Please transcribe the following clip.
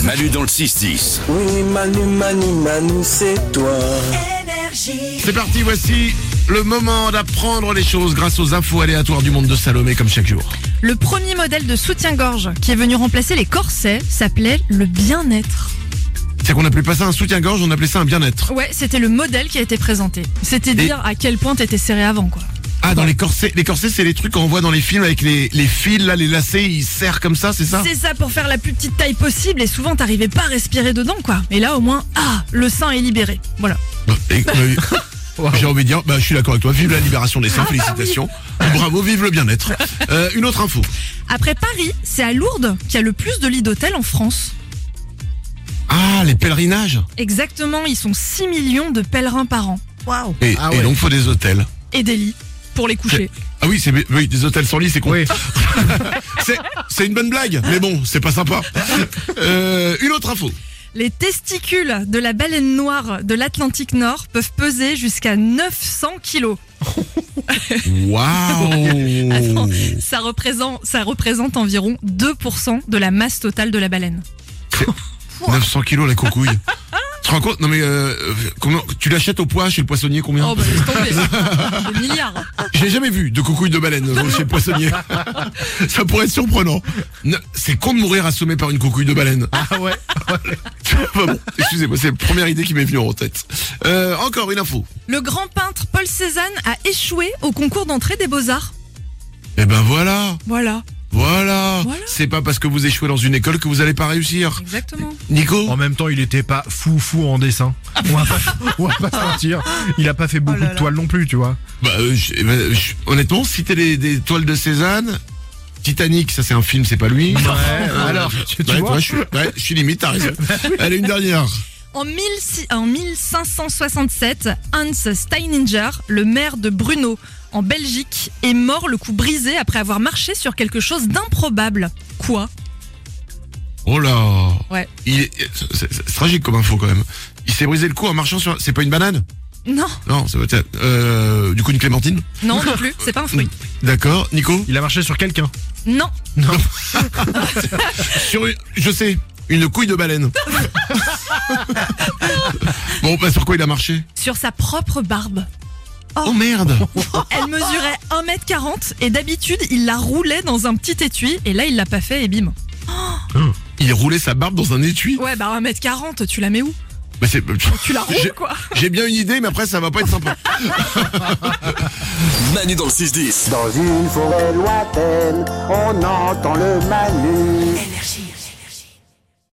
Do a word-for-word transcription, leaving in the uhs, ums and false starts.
Manu dans le six dix. Oui, Manu, Manu, Manu, c'est toi. C'est parti, voici le moment d'apprendre les choses grâce aux infos aléatoires du monde de Salomé comme chaque jour. Le premier modèle de soutien-gorge qui est venu remplacer les corsets s'appelait le bien-être. C'est qu'on n'appelait pas ça un soutien-gorge, on appelait ça un bien-être. Ouais, c'était le modèle qui a été présenté. C'était dire à quel point t'étais serré avant, quoi. Ah, dans les corsets, les corsets c'est les trucs qu'on voit dans les films avec les, les fils, là, les lacets, ils serrent comme ça, c'est ça? C'est ça, pour faire la plus petite taille possible, et souvent t'arrivais pas à respirer dedans, quoi. Et là, au moins, ah, le sein est libéré. Voilà. Et, euh, j'ai envie de dire, bah, je suis d'accord avec toi, vive la libération des seins, ah, félicitations. Bah oui. Bravo, vive le bien-être. Euh, une autre info. Après Paris, c'est à Lourdes qu'il y a le plus de lits d'hôtel en France. Ah, les pèlerinages. Exactement, ils sont six millions de pèlerins par an. Waouh. Et, ah ouais. et donc, faut des hôtels. Et des lits. Pour les coucher. Ah oui, c'est oui, des hôtels sans lit, c'est con. Oui. c'est, c'est une bonne blague, mais bon, c'est pas sympa. Euh, une autre info. Les testicules de la baleine noire de l'Atlantique Nord peuvent peser jusqu'à neuf cents kilos. Waouh. Attends, ça représente, ça représente environ deux pour cent de la masse totale de la baleine. neuf cents kilos la coucouille. Tu te rends compte? Non mais euh, comment tu l'achètes au poids chez le poissonnier, combien? Oh bah laisse tomber. Des milliards. Je l'ai jamais vu de coucouille de baleine chez le poissonnier. Ça pourrait être surprenant. Non, c'est con de mourir assommé par une coucouille de baleine. Ah ouais. Enfin bon, excusez-moi, c'est la première idée qui m'est venue en tête. Euh, encore une info. Le grand peintre Paul Cézanne a échoué au concours d'entrée des Beaux-Arts. Eh ben voilà. Voilà. Voilà. Voilà. C'est pas parce que vous échouez dans une école que vous allez pas réussir. Exactement. Nico? En même temps, il était pas fou fou en dessin. On va pas, on va pas se mentir. Il a pas fait beaucoup oh là là. de toiles non plus, tu vois. Bah, euh, je, bah je, honnêtement, citer des, des toiles de Cézanne, Titanic, ça c'est un film, c'est pas lui. Ouais, Euh, alors, tu, tu ouais, vois. ouais, je, suis, ouais, je suis limite, t'as raison. Allez, une dernière. En, mille, en mille cinq cent soixante-sept, Hans Steininger, le maire de Brno, en Belgique, est mort le cou brisé après avoir marché sur quelque chose d'improbable. Quoi? Oh là. Ouais. Il est, c'est, c'est, c'est tragique comme info quand même. Il s'est brisé le cou en marchant sur... C'est pas une banane? Non, Non, ça va être... Euh, du coup, une clémentine? non non plus, c'est pas un fruit. D'accord. Nico? Il a marché sur quelqu'un. Non, Non. Sur une... Je sais. Une couille de baleine. Bon, bah sur quoi il a marché? sur sa propre barbe. Oh merde. Elle mesurait un mètre quarante et d'habitude, il la roulait dans un petit étui et là, il l'a pas fait et bim. Il roulait sa barbe dans un étui. Ouais, bah un mètre quarante, tu la mets où? Bah c'est... Tu la roules, J'ai- quoi. J'ai bien une idée, mais après ça va pas être sympa. Manu dans le six dix. Dans une forêt lointaine, on entend le Manu. Énergie.